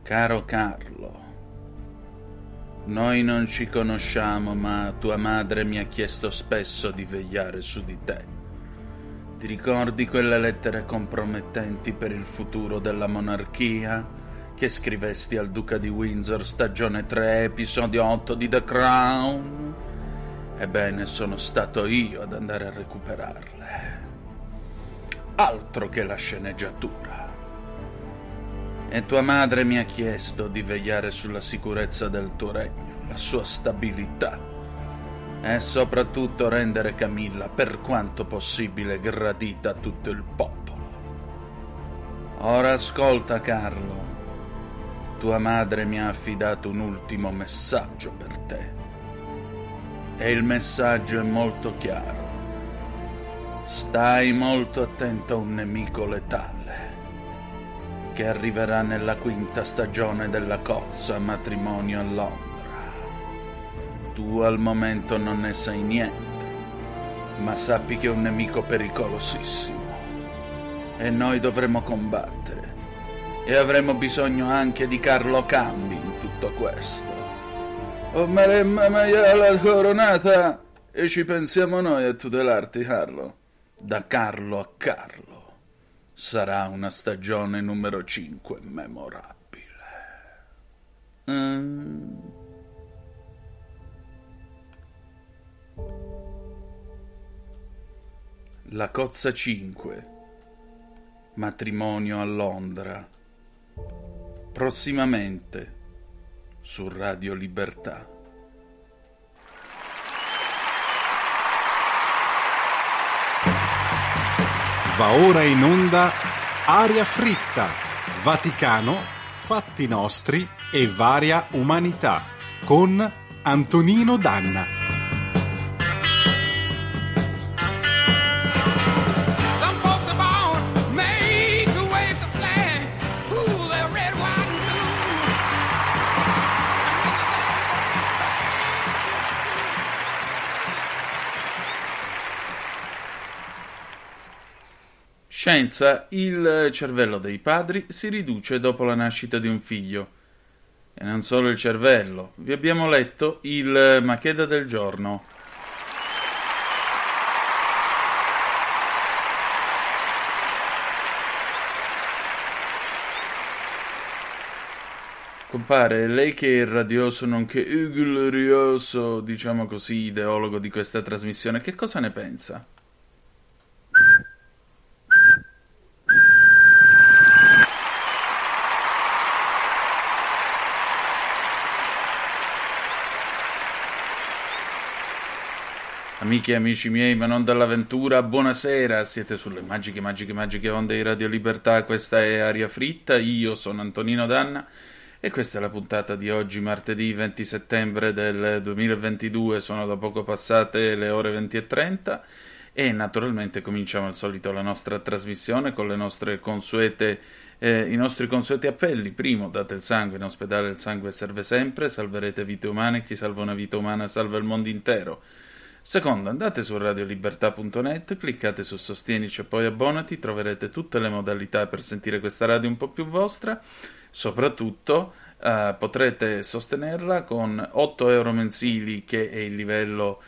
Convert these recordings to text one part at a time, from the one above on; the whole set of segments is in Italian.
Caro Carlo, noi non ci conosciamo, ma tua madre mi ha chiesto spesso di vegliare su di te. Ti ricordi quelle lettere compromettenti per il futuro della monarchia che scrivesti al Duca di Windsor, stagione 3, episodio 8 di The Crown? Ebbene, sono stato io ad andare a recuperarle. Altro che la sceneggiatura. E tua madre mi ha chiesto di vegliare sulla sicurezza del tuo regno, la sua stabilità, e soprattutto rendere Camilla, per quanto possibile, gradita a tutto il popolo. Ora ascolta, Carlo. Tua madre mi ha affidato un ultimo messaggio per te. E il messaggio è molto chiaro. Stai molto attento a un nemico letale che arriverà nella 5ª stagione della cozza Matrimonio a Londra. Tu al momento non ne sai niente, ma sappi che è un nemico pericolosissimo e noi dovremo combattere, e avremo bisogno anche di Carlo Cambi in tutto questo. O Maremma Maiala coronata, e ci pensiamo noi a tutelarti, Carlo. Da Carlo a Carlo. Sarà una stagione numero 5 memorabile. La cozza 5. Matrimonio a Londra. Prossimamente su Radio Libertà. Va ora in onda Aria fritta, Vaticano, fatti nostri e varia umanità, con Antonino Danna. Scienza, il cervello dei padri si riduce dopo la nascita di un figlio. E non solo il cervello, vi abbiamo letto il Macheda del giorno. Compare, lei che è radioso nonché glorioso, diciamo così, ideologo di questa trasmissione, che cosa ne pensa? Amiche e amici miei, ma non dall'avventura, buonasera, siete sulle magiche onde di Radio Libertà, questa è Aria Fritta, io sono Antonino Danna e questa è la puntata di oggi, martedì 20 settembre del 2022, sono da poco passate le ore 20:30 e naturalmente cominciamo al solito la nostra trasmissione con le nostre consuete i nostri consueti appelli. Primo, date il sangue, in ospedale il sangue serve sempre, salverete vite umane, chi salva una vita umana salva il mondo intero. Secondo, andate su radiolibertà.net, cliccate su Sostienici e poi abbonati, troverete tutte le modalità per sentire questa radio un po' più vostra. Soprattutto potrete sostenerla con 8 euro mensili, che è il livello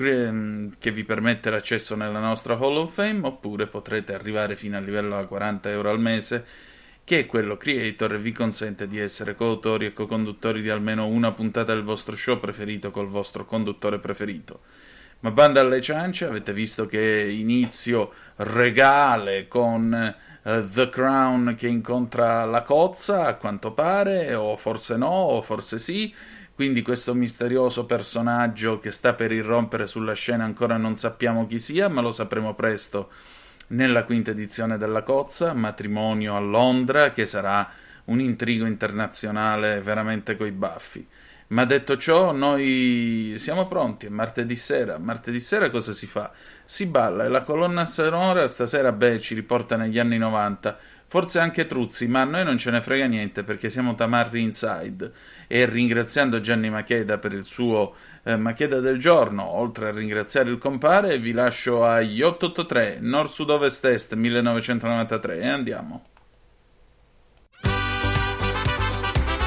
che vi permette l'accesso nella nostra Hall of Fame, oppure potrete arrivare fino al livello a 40 euro al mese, che è quello creator e vi consente di essere coautori e co-conduttori di almeno una puntata del vostro show preferito col vostro conduttore preferito. Ma banda alle ciance, avete visto che inizio regale con The Crown che incontra la cozza, a quanto pare, o forse no, o forse sì. Quindi questo misterioso personaggio che sta per irrompere sulla scena ancora non sappiamo chi sia, ma lo sapremo presto nella 5ª edizione della cozza, Matrimonio a Londra, che sarà un intrigo internazionale veramente coi baffi. Ma detto ciò, noi siamo pronti, è martedì sera. Martedì sera cosa si fa? Si balla, e la colonna sonora stasera, ci riporta negli anni 90, forse anche Truzzi, ma a noi non ce ne frega niente perché siamo tamarri inside. E ringraziando Gianni Macheda per il suo Macheda del giorno, oltre a ringraziare il compare, vi lascio agli 883 Nord Sud Ovest Est 1993 e andiamo.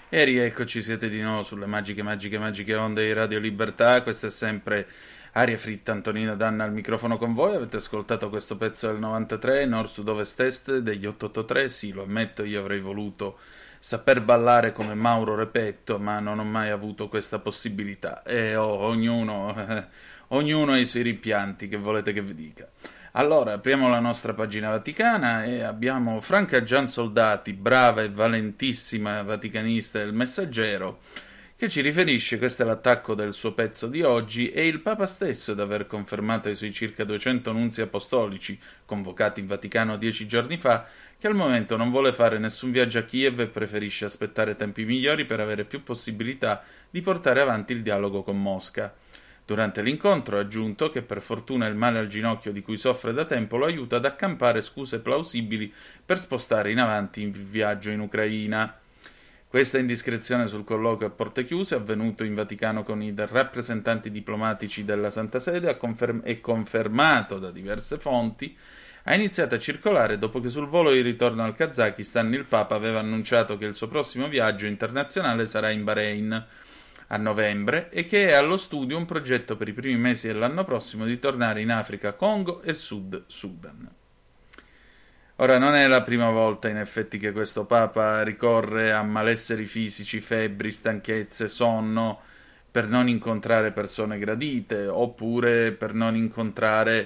E rieccoci, siete di nuovo sulle magiche onde di Radio Libertà. Questa è sempre Aria Fritta, Antonino Danna al microfono con voi. Avete ascoltato questo pezzo del 93, Nord Sud Ovest Est degli 883. Sì, lo ammetto, io avrei voluto saper ballare come Mauro Repetto, ma non ho mai avuto questa possibilità. E ognuno ha i suoi rimpianti, che volete che vi dica. Allora, apriamo la nostra pagina vaticana e abbiamo Franca Giansoldati, brava e valentissima vaticanista del Messaggero, che ci riferisce, questo è l'attacco del suo pezzo di oggi, è il Papa stesso ad aver confermato ai suoi circa 200 nunzi apostolici, convocati in Vaticano 10 giorni fa, che al momento non vuole fare nessun viaggio a Kiev e preferisce aspettare tempi migliori per avere più possibilità di portare avanti il dialogo con Mosca. Durante l'incontro ha aggiunto che per fortuna il male al ginocchio di cui soffre da tempo lo aiuta ad accampare scuse plausibili per spostare in avanti il viaggio in Ucraina. Questa indiscrezione sul colloquio a porte chiuse, avvenuto in Vaticano con i rappresentanti diplomatici della Santa Sede e confermato da diverse fonti, ha iniziato a circolare dopo che sul volo di ritorno al Kazakistan il Papa aveva annunciato che il suo prossimo viaggio internazionale sarà in Bahrain a novembre e che è allo studio un progetto per i primi mesi dell'anno prossimo di tornare in Africa, Congo e Sud Sudan. Ora, non è la prima volta in effetti che questo Papa ricorre a malesseri fisici, febbri, stanchezze, sonno per non incontrare persone gradite oppure per non incontrare,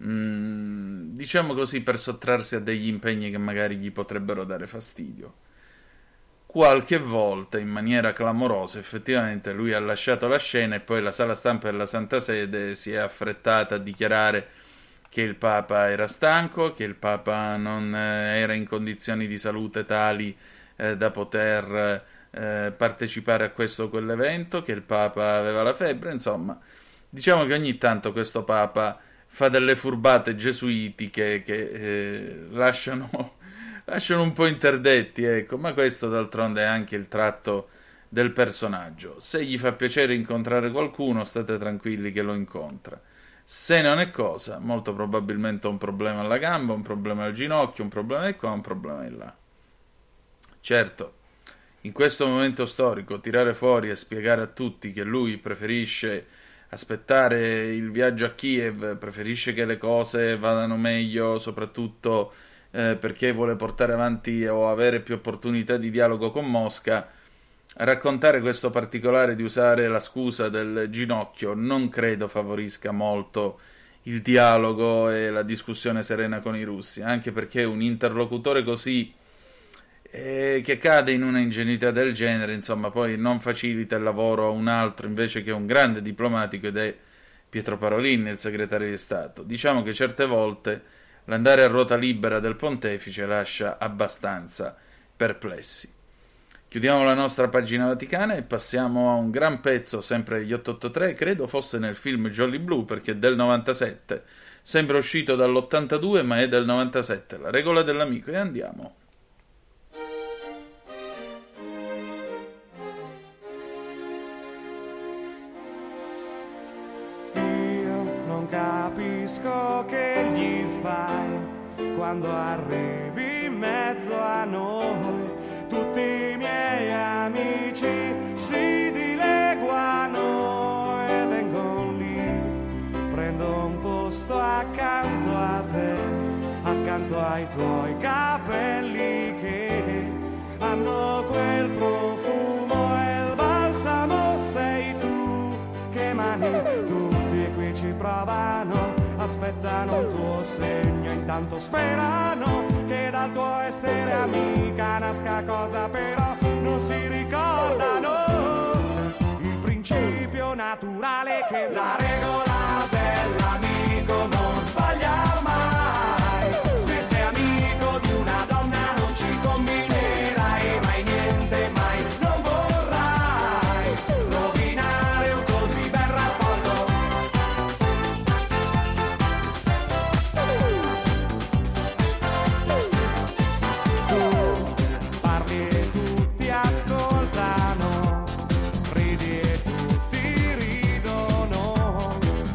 diciamo così, per sottrarsi a degli impegni che magari gli potrebbero dare fastidio. Qualche volta, in maniera clamorosa, effettivamente lui ha lasciato la scena e poi la sala stampa della Santa Sede si è affrettata a dichiarare che il Papa era stanco, che il Papa non era in condizioni di salute tali da poter partecipare a questo o quell'evento, che il Papa aveva la febbre. Insomma, diciamo che ogni tanto questo Papa fa delle furbate gesuitiche che lasciano un po' interdetti, ecco, ma questo d'altronde è anche il tratto del personaggio. Se gli fa piacere incontrare qualcuno, state tranquilli che lo incontra. Se non è cosa, molto probabilmente ha un problema alla gamba, un problema al ginocchio, un problema di qua, un problema di là. Certo, in questo momento storico tirare fuori e spiegare a tutti che lui preferisce aspettare il viaggio a Kiev, preferisce che le cose vadano meglio, soprattutto perché vuole portare avanti o avere più opportunità di dialogo con Mosca, raccontare questo particolare di usare la scusa del ginocchio non credo favorisca molto il dialogo e la discussione serena con i russi, anche perché un interlocutore così che cade in una ingenuità del genere, insomma, poi non facilita il lavoro a un altro invece che un grande diplomatico, ed è Pietro Parolin, il segretario di Stato. Diciamo che certe volte l'andare a ruota libera del pontefice lascia abbastanza perplessi. Chiudiamo la nostra pagina vaticana e passiamo a un gran pezzo, sempre degli 883, credo fosse nel film Jolly Blue, perché è del 97. Sembra uscito dall'82, ma è del 97. La regola dell'amico, e andiamo. Io non capisco che gli fai quando arrivi in mezzo a noi. Tutti i miei amici si dileguano e vengo lì, prendo un posto accanto a te, accanto ai tuoi capelli che hanno quel profumo e il balsamo sei tu, che mani tutti qui ci provano, aspettano il tuo segno, intanto sperano che dal tuo essere amica nasca cosa, però non si ricordano il principio naturale che la regola dell'amico non sbaglia mai. Se sei amico di una donna non ci combinerai mai niente, mai non vorrai rovinare un così bel rapporto. Parli e tutti ascoltano, ridi e tutti ridono,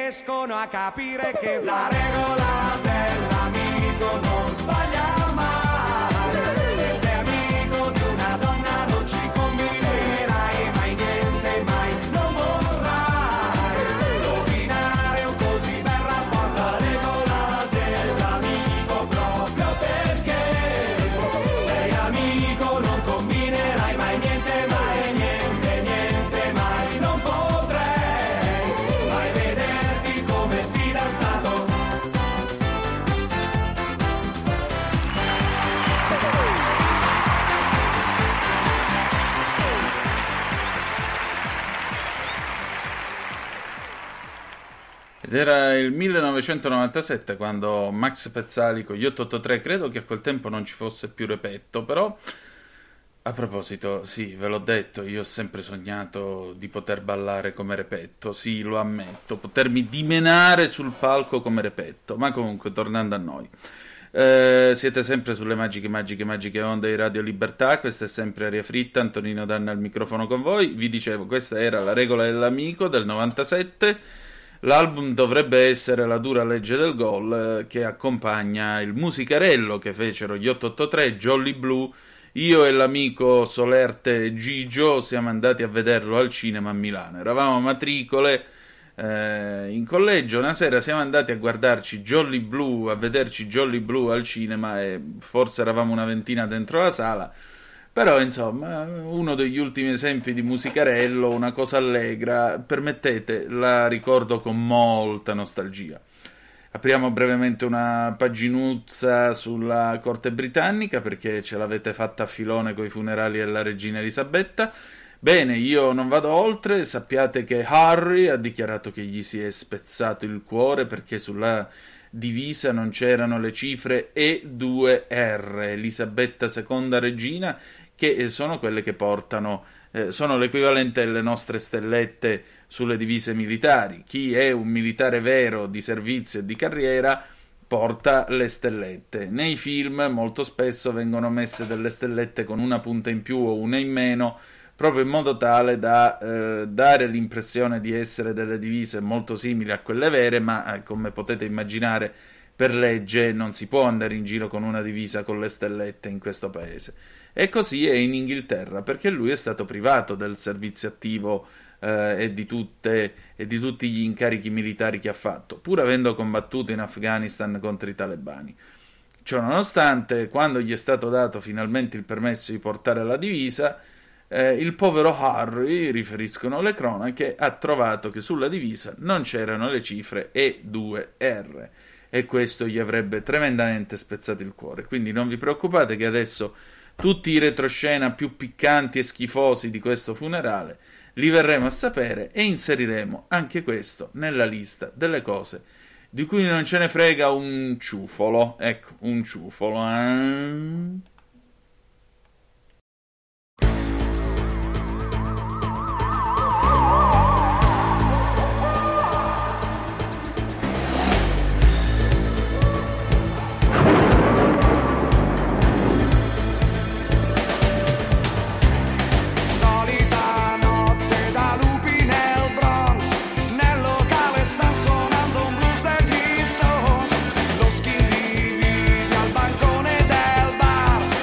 riescono a capire che la regola dell'amico non sbaglia mai. Se sei amico di una donna non ci combinerai mai niente, mai non vorrai rovinare un così bel rapporto. La regola dell'amico proprio perché sei amico non combinerai mai niente, mai niente, niente, mai non potrei mai vederti come fidanzato. Ed era il 1997 quando Max Pezzali con gli 883, credo che a quel tempo non ci fosse più Repetto, però a proposito, sì, ve l'ho detto, io ho sempre sognato di poter ballare come Repetto, sì, lo ammetto, potermi dimenare sul palco come Repetto, ma comunque tornando a noi. Siete sempre sulle magiche onde di Radio Libertà, questa è sempre Aria Fritta, Antonino Danna al microfono con voi, vi dicevo, questa era La regola dell'amico del 97, l'album dovrebbe essere La dura legge del gol, che accompagna il musicarello che fecero gli 883, Jolly Blue. Io e l'amico Solerte Gigio siamo andati a vederlo al cinema a Milano, eravamo a matricole in collegio, una sera siamo andati a guardarci Jolly Blue, a vederci Jolly Blue al cinema e forse eravamo una ventina dentro la sala, però insomma uno degli ultimi esempi di musicarello, una cosa allegra, permettete, la ricordo con molta nostalgia. Apriamo brevemente una paginuzza sulla corte britannica perché ce l'avete fatta a filone coi funerali della regina Elisabetta. Bene, io non vado oltre, sappiate che Harry ha dichiarato che gli si è spezzato il cuore perché sulla divisa non c'erano le cifre E2R, Elisabetta II regina, che sono quelle che portano, sono l'equivalente delle nostre stellette sulle divise militari. Chi è un militare vero di servizio e di carriera porta le stellette. Nei film molto spesso vengono messe delle stellette con una punta in più o una in meno, proprio in modo tale da dare l'impressione di essere delle divise molto simili a quelle vere, ma come potete immaginare per legge non si può andare in giro con una divisa con le stellette in questo paese. E così è in Inghilterra, perché lui è stato privato del servizio attivo e di tutti gli incarichi militari che ha fatto, pur avendo combattuto in Afghanistan contro i talebani. Ciò nonostante, quando gli è stato dato finalmente il permesso di portare la divisa, il povero Harry, riferiscono le cronache, ha trovato che sulla divisa non c'erano le cifre E2R e questo gli avrebbe tremendamente spezzato il cuore. Quindi non vi preoccupate che adesso tutti i retroscena più piccanti e schifosi di questo funerale li verremo a sapere e inseriremo anche questo nella lista delle cose di cui non ce ne frega un ciufolo. Ecco, un ciufolo. Lo skin dividi al bancone del bar.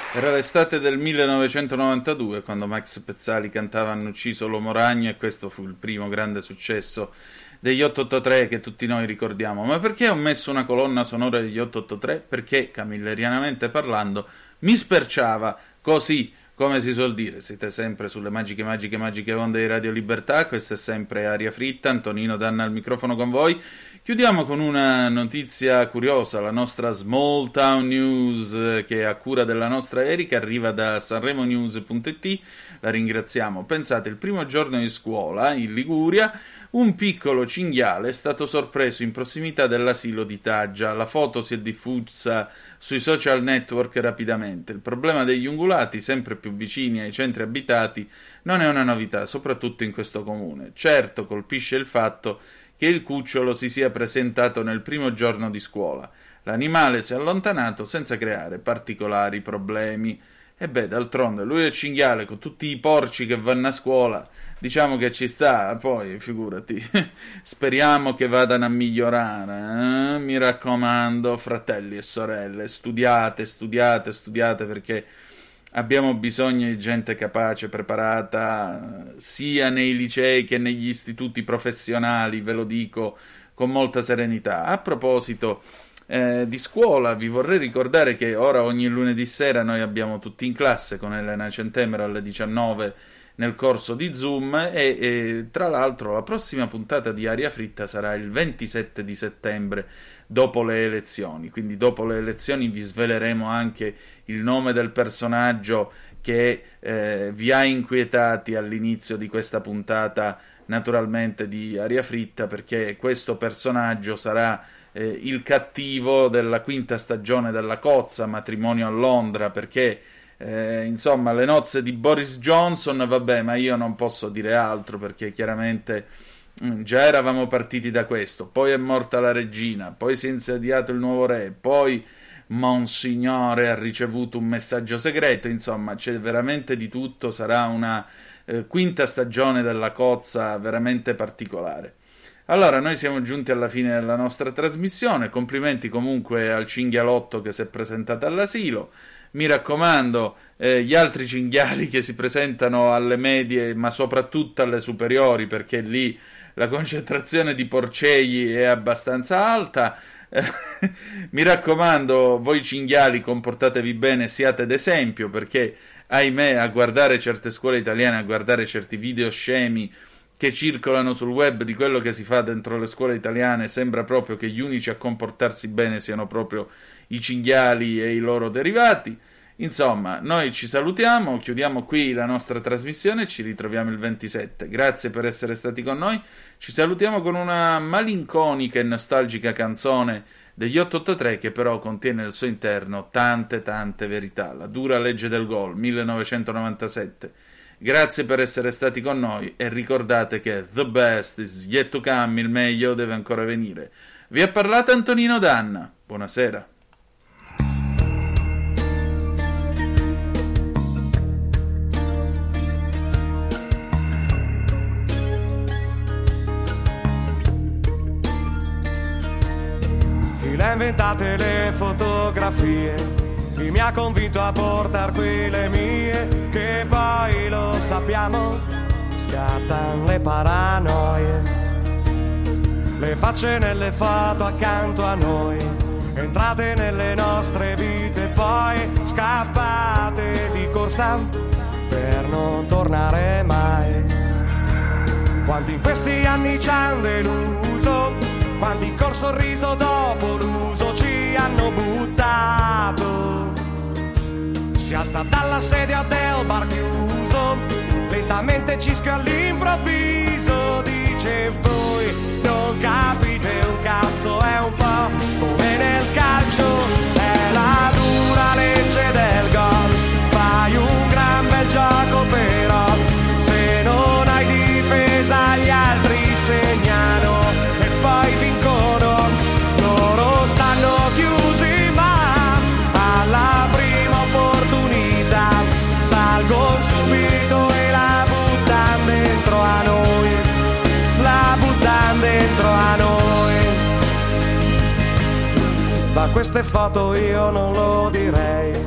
Era l'estate del 1992 quando Max Pezzali cantava "Hanno ucciso l'uomo ragno" e questo fu il primo grande successo degli 883 che tutti noi ricordiamo. Ma perché ho messo una colonna sonora degli 883? Perché, camillerianamente parlando, mi sperciava così, come si suol dire. Siete sempre sulle magiche onde di Radio Libertà, questa è sempre Aria Fritta, Antonino Danna al microfono con voi. Chiudiamo con una notizia curiosa, la nostra Small Town News, che è a cura della nostra Erika, arriva da sanremonews.it, la ringraziamo. Pensate, il primo giorno di scuola in Liguria, un piccolo cinghiale è stato sorpreso in prossimità dell'asilo di Taggia. La foto si è diffusa sui social network rapidamente. Il problema degli ungulati, sempre più vicini ai centri abitati, non è una novità, soprattutto in questo comune. Certo, colpisce il fatto che il cucciolo si sia presentato nel primo giorno di scuola. L'animale si è allontanato senza creare particolari problemi. E beh, d'altronde, lui è il cinghiale con tutti i porci che vanno a scuola. Diciamo che ci sta, poi, figurati. Speriamo che vadano a migliorare. Mi raccomando, fratelli e sorelle, studiate, perché abbiamo bisogno di gente capace, preparata, sia nei licei che negli istituti professionali, ve lo dico con molta serenità. A proposito di scuola, vi vorrei ricordare che ora ogni lunedì sera noi abbiamo tutti in classe con Elena Centemero alle 19 nel corso di Zoom e tra l'altro la prossima puntata di Aria Fritta sarà il 27 di settembre dopo le elezioni, quindi dopo le elezioni vi sveleremo anche il nome del personaggio che vi ha inquietati all'inizio di questa puntata, naturalmente di Aria Fritta, perché questo personaggio sarà il cattivo della quinta stagione della Cozza, Matrimonio a Londra, perché insomma le nozze di Boris Johnson, vabbè, ma io non posso dire altro perché chiaramente già eravamo partiti da questo, poi è morta la regina, poi si è insediato il nuovo re, poi Monsignore ha ricevuto un messaggio segreto, insomma c'è veramente di tutto, sarà una quinta stagione della Cozza veramente particolare. Allora, noi siamo giunti alla fine della nostra trasmissione, complimenti comunque al cinghialotto che si è presentato all'asilo, mi raccomando, gli altri cinghiali che si presentano alle medie, ma soprattutto alle superiori, perché lì la concentrazione di porcei è abbastanza alta, mi raccomando, voi cinghiali comportatevi bene, siate d'esempio, perché ahimè a guardare certe scuole italiane, a guardare certi video scemi che circolano sul web di quello che si fa dentro le scuole italiane, sembra proprio che gli unici a comportarsi bene siano proprio i cinghiali e i loro derivati. Insomma, noi ci salutiamo, chiudiamo qui la nostra trasmissione, ci ritroviamo il 27. Grazie per essere stati con noi. Ci salutiamo con una malinconica e nostalgica canzone degli 883 che però contiene al suo interno tante verità. La dura legge del gol, 1997. Grazie per essere stati con noi e ricordate che the best is yet to come, il meglio deve ancora venire. Vi ha parlato Antonino Danna. Buonasera. Chi le ha inventate le fotografie? Chi mi ha convinto a portar qui le mie? Che poi lo sappiamo, scattano le paranoie. Le facce nelle foto accanto a noi, entrate nelle nostre vite, poi scappate di corsa per non tornare mai. Quanti in questi anni ci hanno deluso, quanti col sorriso dopo l'uso ci hanno buttato. Si alza dalla sedia del bar chiuso, lentamente cischio all'improvviso, dice voi non capite un cazzo, è un po' come nel calcio, è la dura legge del gol, fai un gran bel gioco però, se non hai difesa gli altri segnano e poi vincono, loro stanno chiusi ma alla prima opportunità salgono subito e la buttano dentro a noi, la buttano dentro a noi. Da queste foto io non lo direi,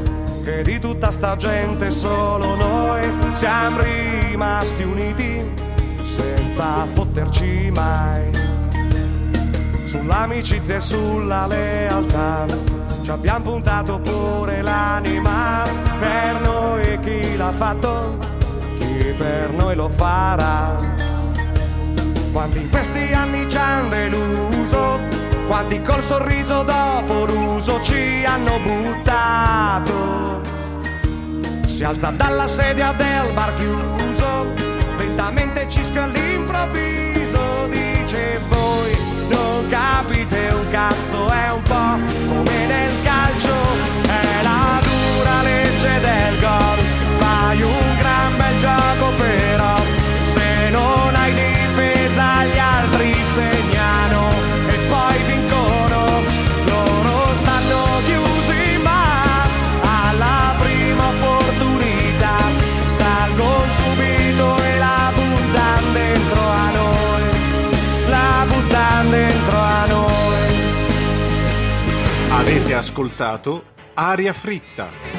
che di tutta sta gente solo noi siamo rimasti uniti senza fotterci mai. Sull'amicizia e sulla lealtà ci abbiamo puntato pure l'anima, per noi chi l'ha fatto, chi per noi lo farà. Quanti in questi anni ci hanno deluso, quanti col sorriso dopo l'uso ci hanno buttato. Si alza dalla sedia del bar chiuso, lentamente cisca all'improvviso, dice voi non capite un cazzo, è un po' come nel calcio, è la dura legge del gol, fai un gran bel gioco però se non hai difesa gli altri segnano e poi vincono, loro stanno chiusi ma alla prima opportunità salgono subito e la buttano dentro a noi, la buttano dentro a noi. Avete ascoltato Aria Fritta.